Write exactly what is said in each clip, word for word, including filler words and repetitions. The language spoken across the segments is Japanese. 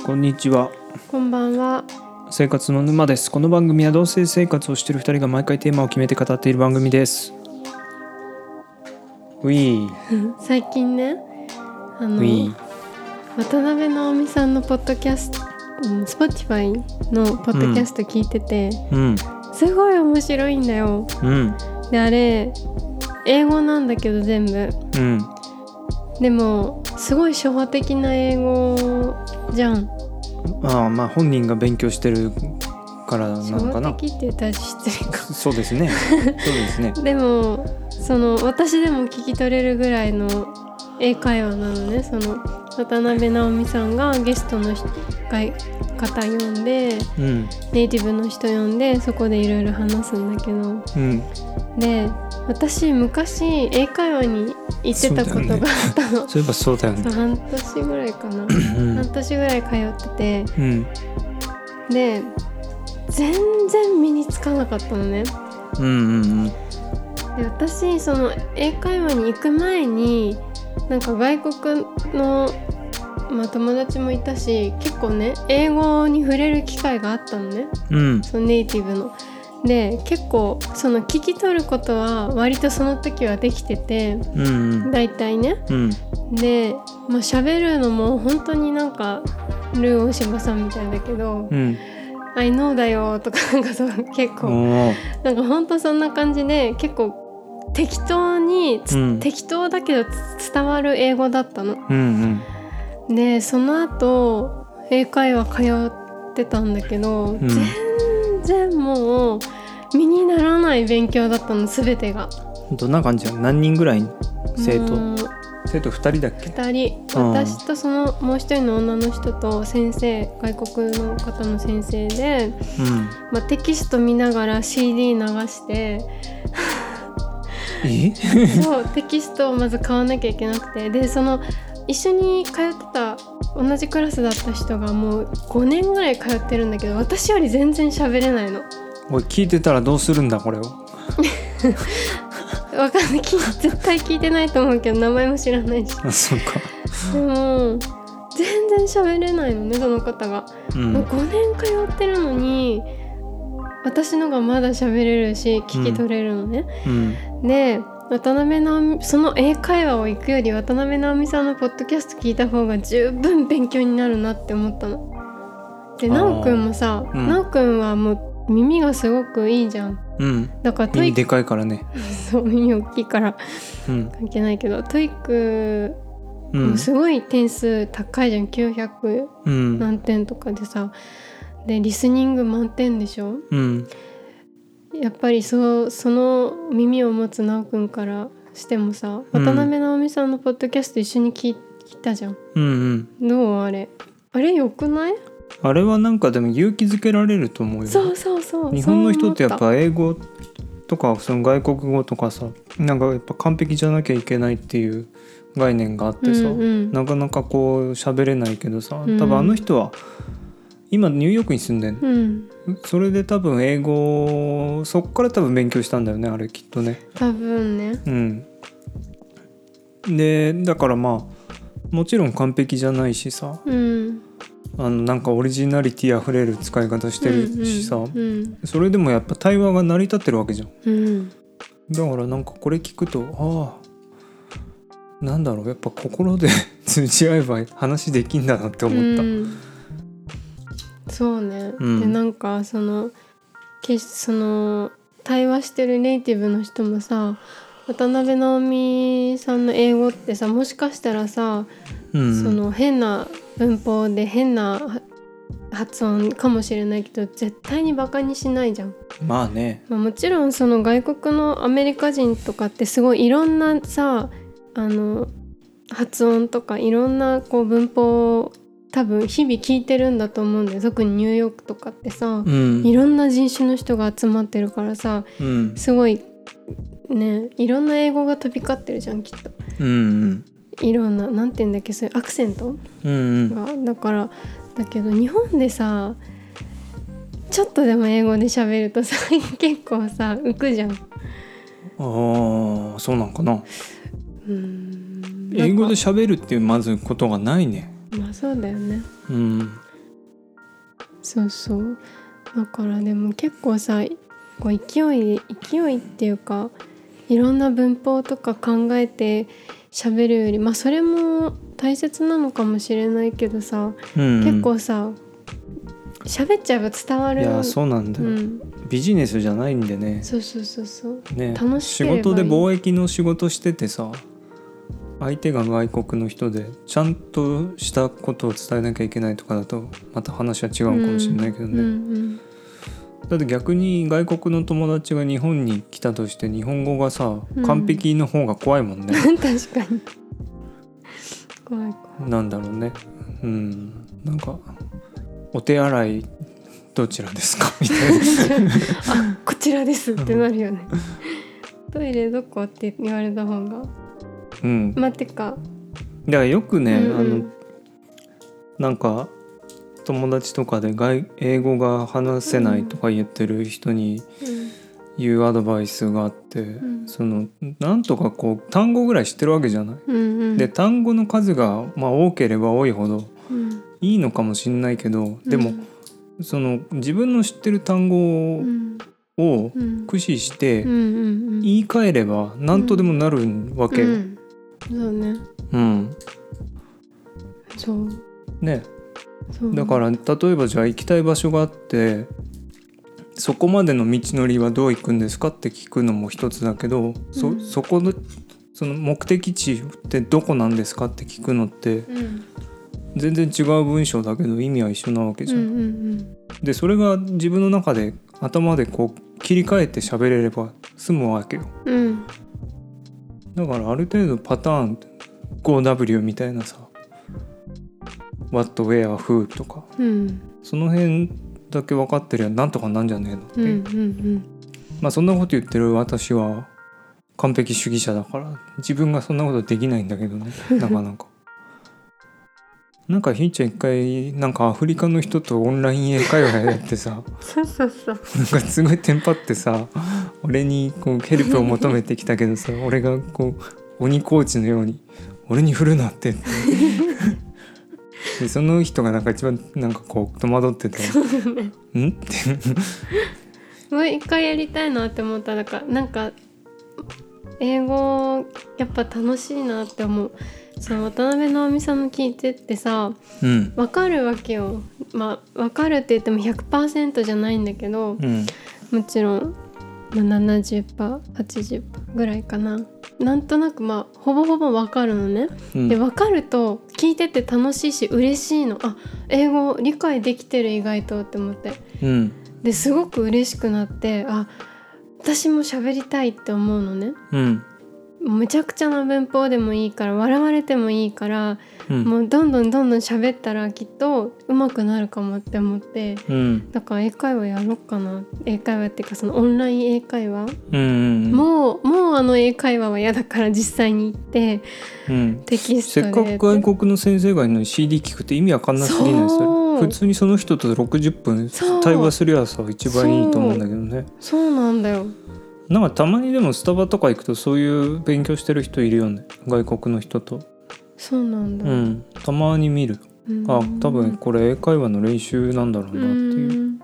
こんにちは。 こんばんは。 生活の沼です。この番組は同性生活をしているふたりが毎回テーマを決めて語っている番組です。ウィー最近ね、あのウィー渡辺直美さんのポッドキャスト、Spotify のポッドキャスト聞いてて、 うん、 すごい面白いんだよ。 うん、 で、あれ英語なんだけど全部、 うん、 でもすごい初歩的な英語じゃん。 ああ、まあ本人が勉強してるからなのかな。 初歩的って言ったら失礼か。 そうですね。そうですね。 でもその私でも聞き取れるぐらいの英会話なのね。その渡辺直美さんがゲストの方呼んで、うん、ネイティブの人呼んでそこでいろいろ話すんだけど、うん、で私昔英会話に行ってたことがあったの。 そういえばそうだよね。 そう半年ぐらいかな、うん、半年ぐらい通ってて、うん、で全然身につかなかったのね、うんうんうん、で私その英会話に行く前になんか外国の、まあ、友達もいたし結構ね英語に触れる機会があったのね、うん、そのネイティブので結構その聞き取ることは割とその時はできてて、うんうん、だいたいね、うん、で、まあ、喋るのも本当になんかルー大柴さんみたいだけど、うん、I know だよとかなんかそう結構なんか本当そんな感じで結構適当に、うん、適当だけど伝わる英語だったの、うんうん、でその後英会話通ってたんだけど、うん、全然もう身にならない勉強だったの全てが。 どんな感じや？何人ぐらい生徒？生徒ふたりだっけ？ふたり、私とそのもう一人の女の人と先生、外国の方の先生で、うんまあ、テキスト見ながら シーディー 流してえそうテキストをまず買わなきゃいけなくて、でその一緒に通ってた同じクラスだった人がもうごねんぐらい通ってるんだけど私より全然喋れないの。 おい聞いてたらどうするんだこれをわかんない絶対聞いてないと思うけど名前も知らないし。 あそうか。 でも全然喋れないのねその方が、うん、もうごねん通ってるのに私のがまだ喋れるし聞き取れるのね、うんうん、で渡辺直美その英会話を行くより渡辺直美さんのポッドキャスト聞いた方が十分勉強になるなって思ったの。で直くんもさ、うん、直くんはもう耳がすごくいいじゃん、うん、だから耳でかいからねそう耳大きいから、うん、関係ないけどトイックもすごい点数高いじゃん、きゅうひゃく何点とかでさ、でリスニング満点でしょ、うん、やっぱりそうその耳を持つ直くんからしてもさ、うん、渡辺直美さんのポッドキャスト一緒に聞いたじゃん、うんうん、どうあれあれよくない？ あれはなんかでも勇気づけられると思うよ。 そうそうそう日本の人ってやっぱ英語とかその外国語とかさなんかやっぱ完璧じゃなきゃいけないっていう概念があってさ、うんうん、なかなかこう喋れないけどさ、多分あの人は今ニューヨークに住んでんの、うん、それで多分英語そっから多分勉強したんだよねあれきっとね。 多分ね。 うん。でだからまあもちろん完璧じゃないしさ、うん、あのなんかオリジナリティあふれる使い方してるしさ、うんうんうん、それでもやっぱ対話が成り立ってるわけじゃん、うん、だからなんかこれ聞くとああなんだろうやっぱ心で通じ合えば話できんだなって思った、うん、 そうね、うん、でなんかそのその対話してるネイティブの人もさ渡辺直美さんの英語ってさもしかしたらさ、うん、その変な文法で変な発音かもしれないけど絶対にバカにしないじゃん。 まあね、 まあ、もちろんその外国のアメリカ人とかってすごいいろんなさあの発音とかいろんなこう文法を多分日々聞いてるんだと思うんだよ。特にニューヨークとかってさ、うん、いろんな人種の人が集まってるからさ、うん、すごいねいろんな英語が飛び交ってるじゃんきっと、うんうん、いろんななんて言うんだっけそういうアクセントが、うんうん、だからだけど日本でさちょっとでも英語で喋るとさ結構さ浮くじゃん。 ああそうなんかな。うーん英語で喋るっていうまずことがないね。 まあそうだよね。 うんそうそうだからでも結構さこう勢い勢いっていうかいろんな文法とか考えて喋るよりまあそれも大切なのかもしれないけどさ、うんうん、結構さ喋っちゃえば伝わる。 いやそうなんだよ、うん、ビジネスじゃないんでね。 そうそうそうそう、 ね、 楽しければいい。 仕事で貿易の仕事しててさ相手が外国の人でちゃんとしたことを伝えなきゃいけないとかだとまた話は違うかもしれないけどね、うんうんうん、だって逆に外国の友達が日本に来たとして日本語がさ、うん、完璧の方が怖いもんね確かに怖い怖い。 なんだろうね、うん、なんかお手洗いどちらですかみたいなあこちらですってなるよね、うん、トイレどこって言われた方がうん、まあ、てかだからよくね、うんうん、あのなんか友達とかで外英語が話せないとか言ってる人に言うアドバイスがあって、うん、そのなんとかこう単語ぐらい知ってるわけじゃない、うんうん、で単語の数がまあ多ければ多いほどいいのかもしれないけど、うん、でもその自分の知ってる単語を、を駆使して言い換えれば何とでもなるわけよ、うんうん、 そうね。 うん。 そうね。そうだから例えばじゃあ行きたい場所があってそこまでの道のりはどう行くんですかって聞くのも一つだけど、うん、そ, そこのその目的地ってどこなんですかって聞くのって、うん、全然違う文章だけど意味は一緒なわけじゃん、うんうんうん、でそれが自分の中で頭でこう切り替えて喋れれば済むわけよ、うん、だからある程度パターン ゴーダブリュー みたいなさ What, Where, Who とか、うん、その辺だけ分かってりゃなんとかなんじゃねえのっていう、うんうんうん、まあそんなこと言ってる私は完璧主義者だから自分がそんなことできないんだけどねなかなかなんかひーちゃん一回なんかアフリカの人とオンライン英会話やってさそうそうそうなんかすごいテンパってさ俺にこうヘルプを求めてきたけどさ俺がこう鬼コーチのように俺に振るなってでその人がなんか一番なんかこう戸惑っててんってもう一回やりたいなって思ったらなんか英語やっぱ楽しいなって思う。その渡辺直美さんの聞いてってさ、うん、分かるわけよ。まあ分かるって言っても ひゃくパーセント じゃないんだけど、うん、もちろん、まあ、ななじゅっパーセント はちじゅっパーセント ぐらいかな。なんとなくまあほぼほぼ分かるのね、うん、で分かると聞いてて楽しいし嬉しいの。あ英語理解できてる意外とって思って、うん、ですごく嬉しくなってあ私も喋りたいって思うのね、うん、むちゃくちゃな文法でもいいから笑われてもいいから、うん、もうどんどんどんどん喋ったらきっと上手くなるかもって思って、うん、だから英会話やろうかな。英会話っていうかそのオンライン英会話、うんうんうん、もうもうあの英会話は嫌だから実際に行って、うん、テキストでせっかく外国の先生がいるのに シーディー 聞くって意味わかんなすぎないですよ。普通にその人とろくじゅっぷん対話すりゃさ一番いいと思うんだけどね。 そう、そうなんだよ。 なんかたまにでもスタバとか行くとそういう勉強してる人いるよね外国の人と。 そうなんだ、 うん、たまに見る。あ多分これ英会話の練習なんだろうなっていう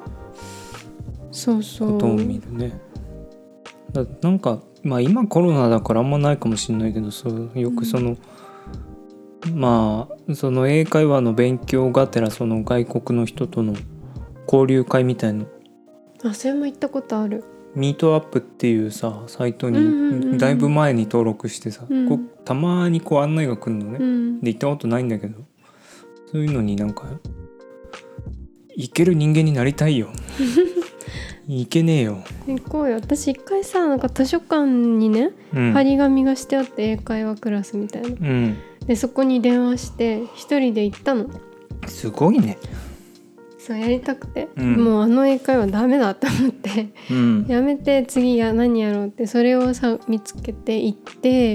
そうそうことを見るね。だなんかまあ今コロナだからあんまないかもしれないけどそうよくその、うん、まあその英会話の勉強がてらその外国の人との交流会みたいな。 あそれも行ったことある。 ミートアップっていうさサイトにだいぶ前に登録してさ、うん、こうたまにこう案内が来るのね、うん、で行ったことないんだけどそういうのになんか行ける人間になりたいよ行けねえよ。 行こうよ。私一回さなんか図書館にね、うん、張り紙がしてあって英会話クラスみたいな、うん、でそこに電話して一人で行ったの。 すごいね。 そうやりたくて、うん、もうあの英会話ダメだと思って、うん、やめて次や何やろうってそれをさ見つけて行って、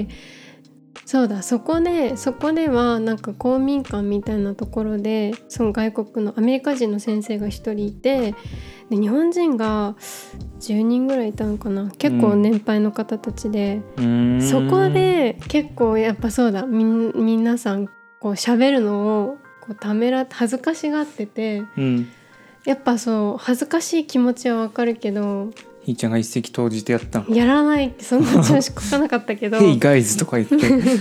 そうだそこでそこではなんか公民館みたいなところでその外国のアメリカ人の先生が一人いてで日本人がじゅうにんぐらいいたのかな。結構年配の方たちで、うん、そこで結構やっぱそうだみ皆さんこう喋るのをこうためら恥ずかしがってて、うん、 やっぱそう恥ずかしい気持ちはわかるけど、 ひーちゃんが一石投じてやったの。 やらない、そんな調子こかなかったけどヘイガイズとか言って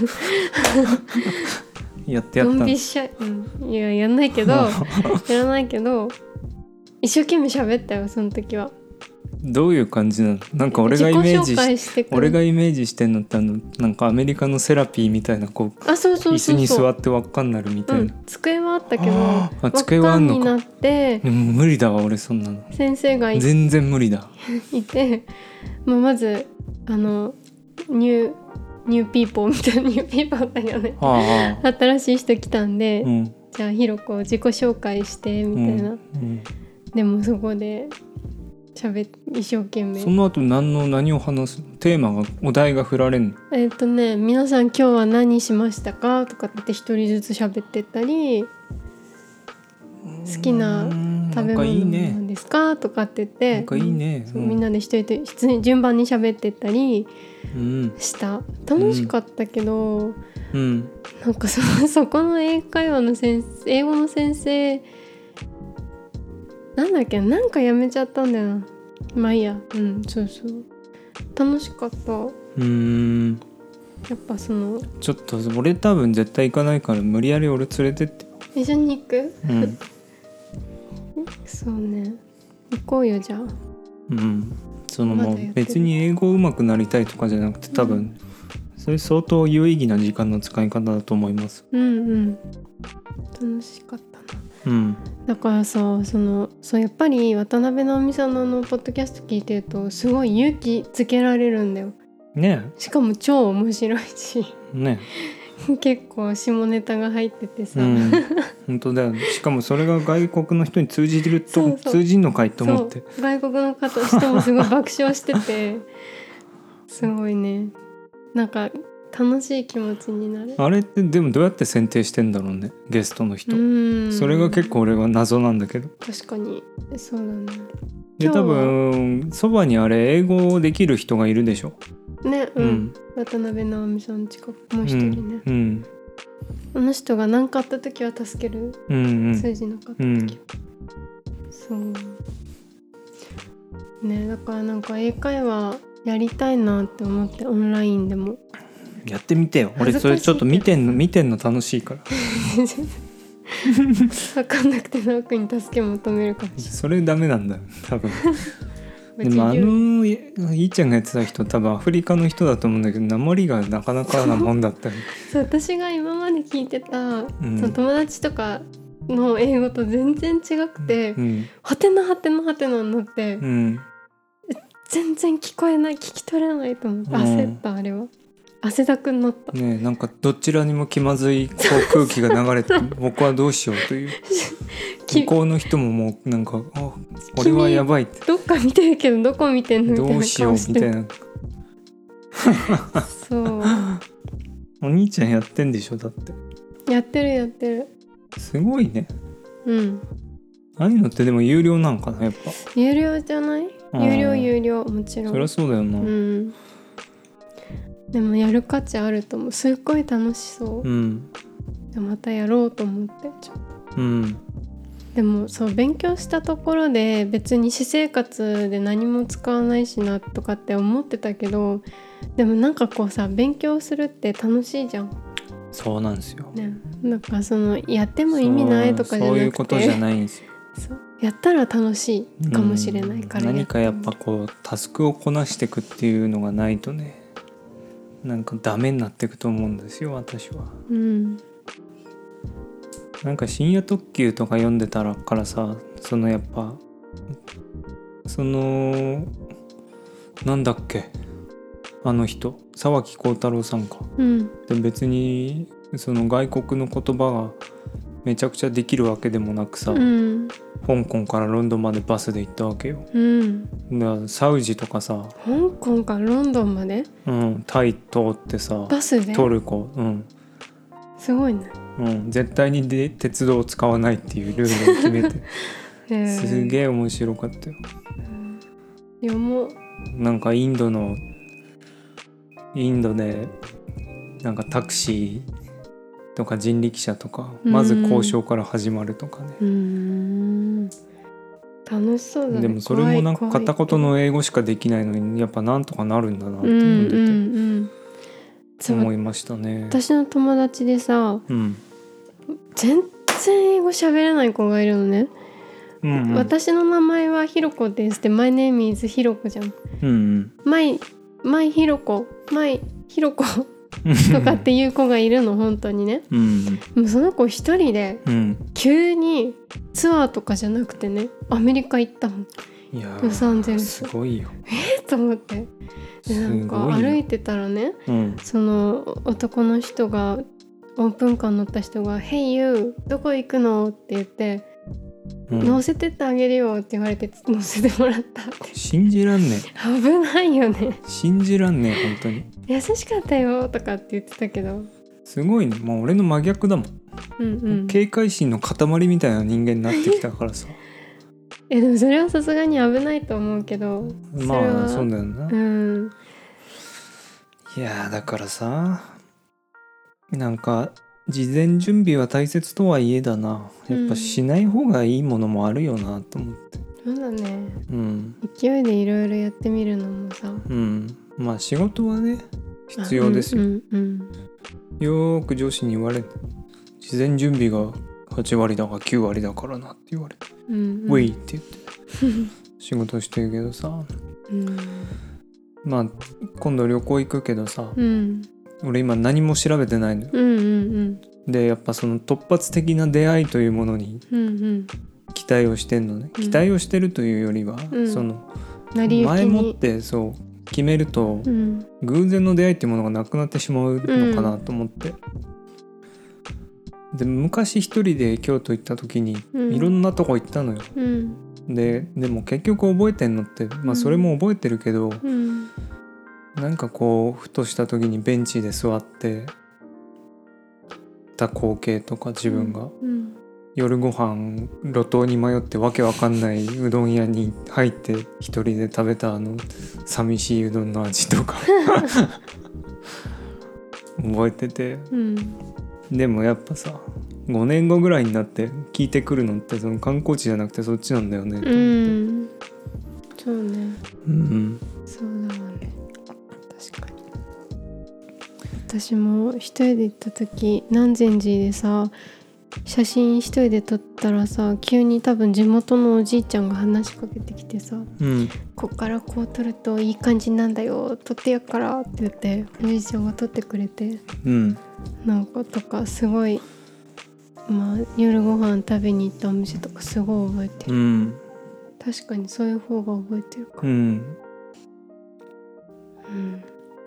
やってやったの。 ドンピシャ、うん、いややんないけどやらないけど一生懸命喋ったよその時は。 どういう感じなの？なんか俺がイメージし俺がイメージしてんのってあのなんかアメリカのセラピーみたいなこう、 あ、そうそうそうそう、 椅子に座って輪っかになるみたいな、うん、 机はあったけどああ机はあんのか。 輪っかになって、 でも無理だわ俺そんなの。 先生がい全然無理だいて、まあ、まずあのニューニューピーポーみたいなニューピーポーだよね、はあ、新しい人来たんで、うん、じゃあひろこ自己紹介してみたいな、うんうん、でもそこで喋一生懸命。 その後何の何を話すテーマがお題が振られるの？ えっとね皆さん今日は何しましたかとかって一人ずつ喋ってったり、好きな食べ物なんですかとかって言ってなんかいいね、 そうみんなで一人で順番に喋ってったりした、うん、楽しかったけど、うん、なんか そ, そこの英会話の先生英語の先生なんだっけなんかやめちゃったんだよな。まあいいや、うんそうそう楽しかった。うーんやっぱそのちょっと俺多分絶対行かないから無理やり俺連れてって一緒に行く、うん、そうね行こうよじゃあ。 うんそのもう別に英語上手くなりたいとかじゃなくて多分、うん、それ相当有意義な時間の使い方だと思います。 うんうん楽しかったな。うん、だからさそのそうやっぱり渡辺直美さんのあのポッドキャスト聞いてるとすごい勇気づけられるんだよね。 しかも超面白いしね結構下ネタが入っててさ、うん、 本当だよね。しかもそれが外国の人に通じるとそうそう通じんのかいと思って外国の方人もすごい爆笑しててすごいねなんか楽しい気持ちになる。 あれってでもどうやって選定してんだろうねゲストの人。うんそれが結構俺は謎なんだけど。 確かにそうだね。 で多分そばにあれ英語できる人がいるでしょね、うんうん、渡辺直美さん近くもう一人ね、うんうん、あの人が何かあった時は助ける、うんうん、数字なかった時、うん、そうねだからなんか英会話やりたいなって思ってオンラインでもやってみてよ。俺それちょっと見てんの見てんの楽しいから分かんなくて直くんに助け求めるかもしれない。 それダメなんだよ多分でもあのいーちゃんがやってた人多分アフリカの人だと思うんだけど訛りがなかなかなもんだったりそう私が今まで聞いてた、うん、その友達とかの英語と全然違くて、うん、はてなはてなはてなになって、うん、全然聞こえない聞き取れないと思って焦った、うん、あれは汗だくになったね。えなんかどちらにも気まずいこう空気が流れて僕はどうしようという向こうの人ももうなんかあこれはやばいってどっか見てるけどどこ見てんのみたいなどうしようみたいなそうお兄ちゃんやってんでしょだってやってるやってるすごいね。 うんああいうのってでも有料なんかなやっぱ有料じゃない？有料有料もちろんそりゃそうだよな、うんでもやる価値あると思う。すっごい楽しそう、うん、でまたやろうと思ってちょっと、うん、でもそう勉強したところで別に私生活で何も使わないしなとかって思ってたけどでもなんかこうさ勉強するって楽しいじゃん。 そうなんですよ、 ね、なんかそのやっても意味ないとかじゃなくてそういうことじゃないんですよそうやったら楽しいかもしれないから、 うん、何かやっぱこうタスクをこなしていくっていうのがないとねなんかダメになっていくと思うんですよ私は、うん、なんか深夜特急とか読んでたらからさそのやっぱそのなんだっけあの人沢木耕太郎さんか、うん、で別にその外国の言葉がめちゃくちゃできるわけでもなくさ、うん、香港からロンドンまでバスで行ったわけよ、うん、だからサウジとかさ香港からロンドンまで、 うん、タイ通ってさバスでトルコ、うん、 すごいね、 うん、絶対にで鉄道を使わないっていうルールを決めてすげえ面白かったよ、 うん、読もう。 なんかインドのインドでなんかタクシーとか人力車とかまず交渉から始まるとかね、うーん楽しそうだね。 でもそれもなんか片言の英語しかできないのにやっぱなんとかなるんだなって思ってて、うんうんうん、思いましたね。 私の友達でさ、 うん、 全然英語喋れない子がいるのね、うんうん、私の名前はひろこですって My name is ひろこじゃん、うんうん、マイマイひろこマイひろことかっていう子がいるの本当にね、うん、もうその子一人で急にツアーとかじゃなくてねアメリカ行ったの。 いやロサンゼルスすごいよ。 えー、と思ってでなんか歩いてたらね、うん、その男の人がオープンカー乗った人が Hey you どこ行くのって言って、うん、乗せてってあげるよって言われて乗せてもらったって。 信じらんねえ危ないよね。 信じらんねえ本当に。 優しかったよとかって言ってたけどすごいね。もう俺の真逆だもん、うんうん、警戒心の塊みたいな人間になってきたからさえでもそれはさすがに危ないと思うけどまあそうだよな、 うん、 いやだからさなんか事前準備は大切とはいえだなやっぱしない方がいいものもあるよなと思って、 うん、そうだね、 うん、 勢いでいろいろやってみるのもさ、 うん、まあ仕事はね必要ですよ、うんうんうん、よーく上司に言われる事前準備がはちわりだかきゅうわりだからなって言われて、うんうん、ウェイって言って仕事してるけどさ、うん、まあ今度旅行行くけどさ、うん、俺今何も調べてないのよ、うんうんうん、でやっぱその突発的な出会いというものに期待をしてんのね、うん、期待をしてるというよりは、うん、その前もってそう決めると、うん、偶然の出会いっていうものがなくなってしまうのかなと思って、うん、で昔一人で京都行った時にいろんなとこ行ったのよ、うん、で, でも結局覚えてんのって、まあ、それも覚えてるけど、うん、なんかこうふとした時にベンチで座ってた光景とか自分が、うんうん、夜ご飯路頭に迷ってわけわかんないうどん屋に入って一人で食べたあの寂しいうどんの味とか覚えてて、うん、でもやっぱさごねんごぐらいになって聞いてくるのってその観光地じゃなくてそっちなんだよねと思って、うん、 そうね、うん、そうだわね確かに。私も一人で行った時南禅寺でさ写真一人で撮ったらさ急に多分地元のおじいちゃんが話しかけてきてさ、うん、こっからこう撮るといい感じなんだよ撮ってやっからって言っておじいちゃんが撮ってくれて、うん、なんかとかすごいまあ夜ご飯食べに行ったお店とかすごい覚えてる、うん、確かにそういう方が覚えてるかも、うんうん、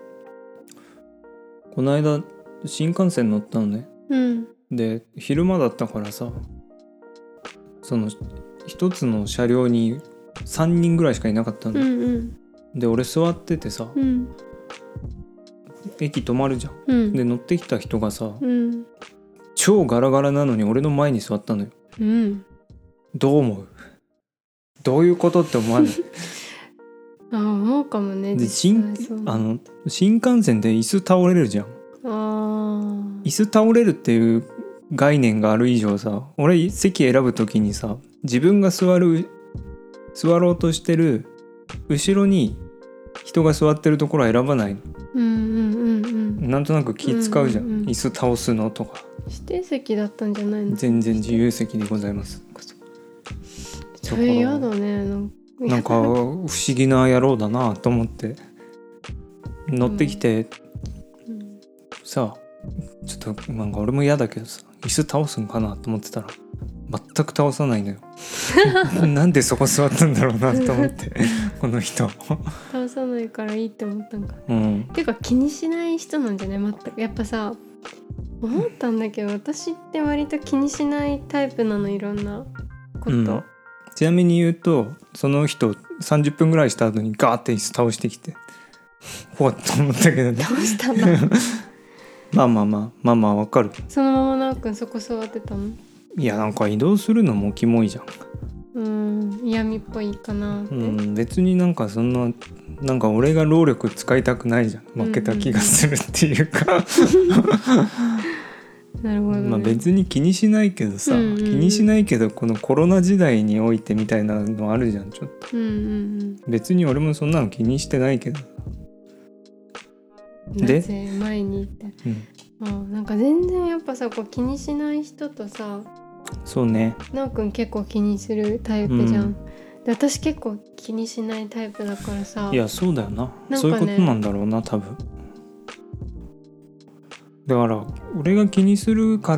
この間新幹線乗ったのね、うんで昼間だったからさその一つの車両にさんにんぐらいしかいなかったの、うんうん、で俺座っててさ、うん、駅止まるじゃん、うん、で乗ってきた人がさ、うん、超ガラガラなのに俺の前に座ったのよ、うん、どう思う？どういうことって思わない？ あ思うかもね。 で新あの新幹線で椅子倒れるじゃん。あ椅子倒れるっていう概念がある以上さ俺席選ぶときにさ自分が座る座ろうとしてる後ろに人が座ってるところは選ばないの、うんうんうんうん、なんとなく気使うじゃん、うんうんうん、椅子倒すのとか。 指定席だったんじゃないの？ 全然自由席でございます。 それ嫌だね。 なんか不思議な野郎だなと思って乗ってきて、うんうん、さちょっとなんか俺も嫌だけどさ椅子倒すんかなと思ってたら全く倒さないのよなんでそこ座ったんだろうなと思ってこの人倒さないからいいって思ったんか、うん、ていうか気にしない人なんじゃない全く。やっぱさ思ったんだけど私って割と気にしないタイプなのいろんなこと、うん、 ちなみに言うとその人さんじゅっぷんぐらいした後にガーって椅子倒してきてほわっと思ったけどねどうしたんだまあまあまあまあまあわかる。 そのままなおくんそこ座ってたの？ いやなんか移動するのもキモいじゃん。 うん嫌味っぽいかなって、うん、 別になんかそんななんか俺が労力使いたくないじゃん負けた気がするっていうか、 うなるほどね。 まあ、別に気にしないけどさ、うんうんうん、気にしないけどこのコロナ時代においてみたいなのあるじゃんちょっと、うんうんうん、別に俺もそんなの気にしてないけどで前にって、うん、あなんか全然やっぱさこう気にしない人とさそうねなおくん結構気にするタイプじゃん、うん、で私結構気にしないタイプだからさいやそうだよ な, な、ね、そういうことなんだろうな多分だから俺が気にするから、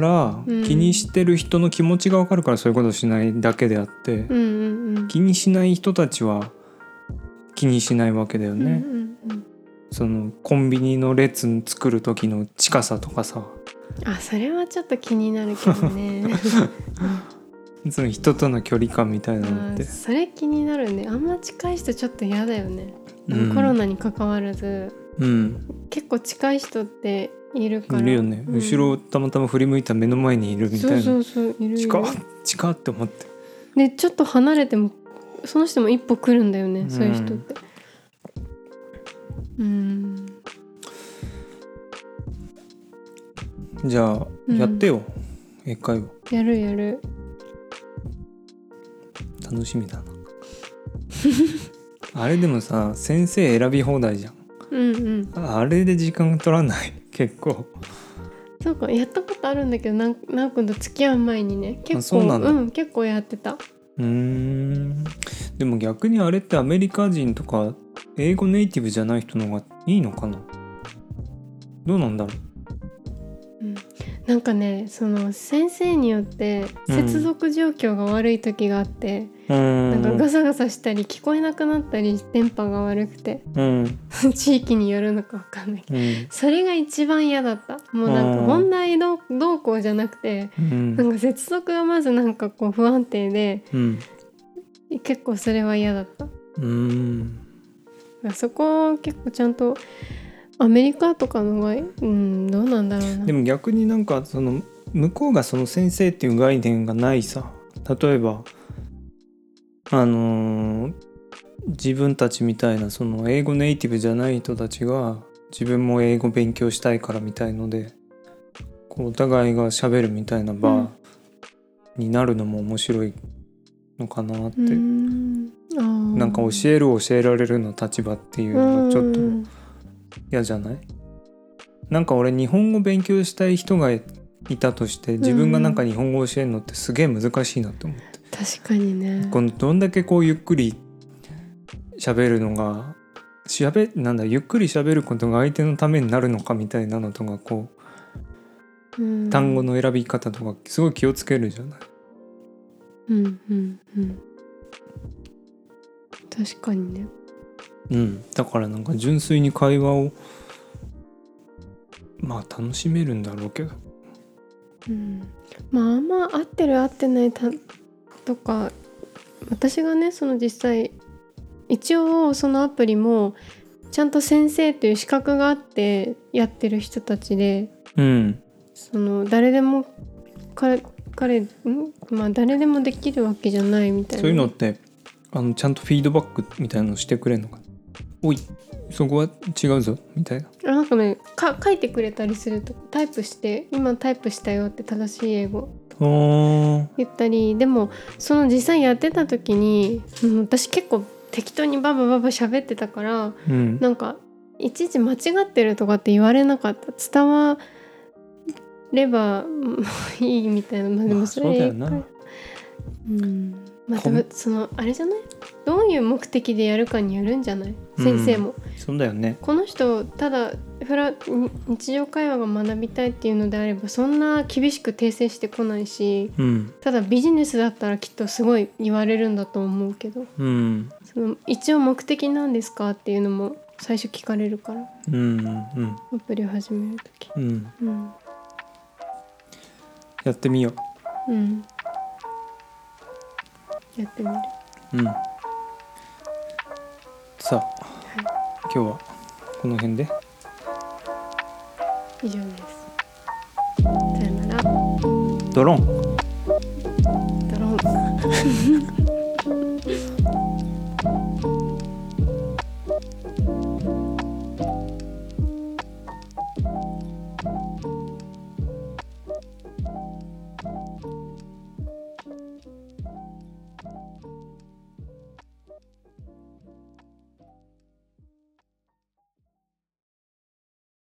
うん、気にしてる人の気持ちが分かるからそういうことしないだけであって、うんうんうん、気にしない人たちは気にしないわけだよね、うんうんうん、そのコンビニの列作る時の近さとかさあそれはちょっと気になるけどねその人との距離感みたいなのってそれ気になるねあんま近い人ちょっと嫌だよね、うん、コロナに関わらず、うん、結構近い人っているからいるよね、うん、後ろたまたま振り向いた目の前にいるみたいなそうそうそういる近っ近っって思ってでちょっと離れてもその人も一歩来るんだよね、うん、そういう人ってうんじゃあ、うん、やってよ英会話やるやる楽しみだなあれでもさ先生選び放題じゃん、うんうん、あれで時間取らない結構そうかやったことあるんだけどななおくんと付き合う前にね結構そうなんだ、 うん、結構やってたうーんでも逆にあれってアメリカ人とか英語ネイティブじゃない人の方がいいのかなどうなんだろう、 うん、なんかねその先生によって接続状況が悪い時があって、うん、なんかガサガサしたり聞こえなくなったり電波が悪くて、うん、地域によるのか分かんないけど、うん、それが一番嫌だった。もうなんか問題どう、どうこうじゃなくて、うん、なんか接続がまずなんかこう不安定で、うん、結構それは嫌だった。うんそこ結構ちゃんとアメリカとかのが、うん、どうなんだろうな。 でも逆になんかその向こうがその先生っていう概念がないさ例えばあのー、自分たちみたいなその英語ネイティブじゃない人たちが自分も英語勉強したいからみたいのでこうお互いが喋るみたいな場になるのも面白いのかなって、うん、なんか教える教えられるの立場っていうのがちょっと嫌じゃない？なんか俺日本語勉強したい人がいたとして自分がなんか日本語を教えるのってすげえ難しいなって思って、 確かにねこのどんだけこうゆっくり喋るのがしゃべなんだゆっくり喋ることが相手のためになるのかみたいなのとかこう、うん、単語の選び方とかすごい気をつけるじゃない。 うんうんうん確かにね。 うんだからなんか純粋に会話をまあ楽しめるんだろうけど、 うん、まああんま合ってる合ってないたとか私がねその実際一応そのアプリもちゃんと先生という資格があってやってる人たちで、うん、その誰でも彼彼んまあ誰でもできるわけじゃないみたいな。 そういうのってあのちゃんとフィードバックみたいなのしてくれるのかな。おいそこは違うぞみたいな。 あなんかねか書いてくれたりするとタイプして今タイプしたよって正しい英語言ったりでもその実際やってた時に、うん、私結構適当にババババ喋ってたから、うん、なんかいちいち間違ってるとかって言われなかった。伝わればいいみたいな。まあでもそれ、まあ、そうだよな。うんまあ、でもそのあれじゃないどういう目的でやるかによるんじゃない先生も、うん、 そうだよね。 この人ただフラ日常会話が学びたいっていうのであればそんな厳しく訂正してこないし、うん、ただビジネスだったらきっとすごい言われるんだと思うけど、うん、その一応目的なんですかっていうのも最初聞かれるから、うんうん、アプリを始めるとき、うんうん、 やってみよう。うんやってみる。 うん。さあ、はい、今日はこの辺で以上です。さよなら。 ドロン。 ドロン。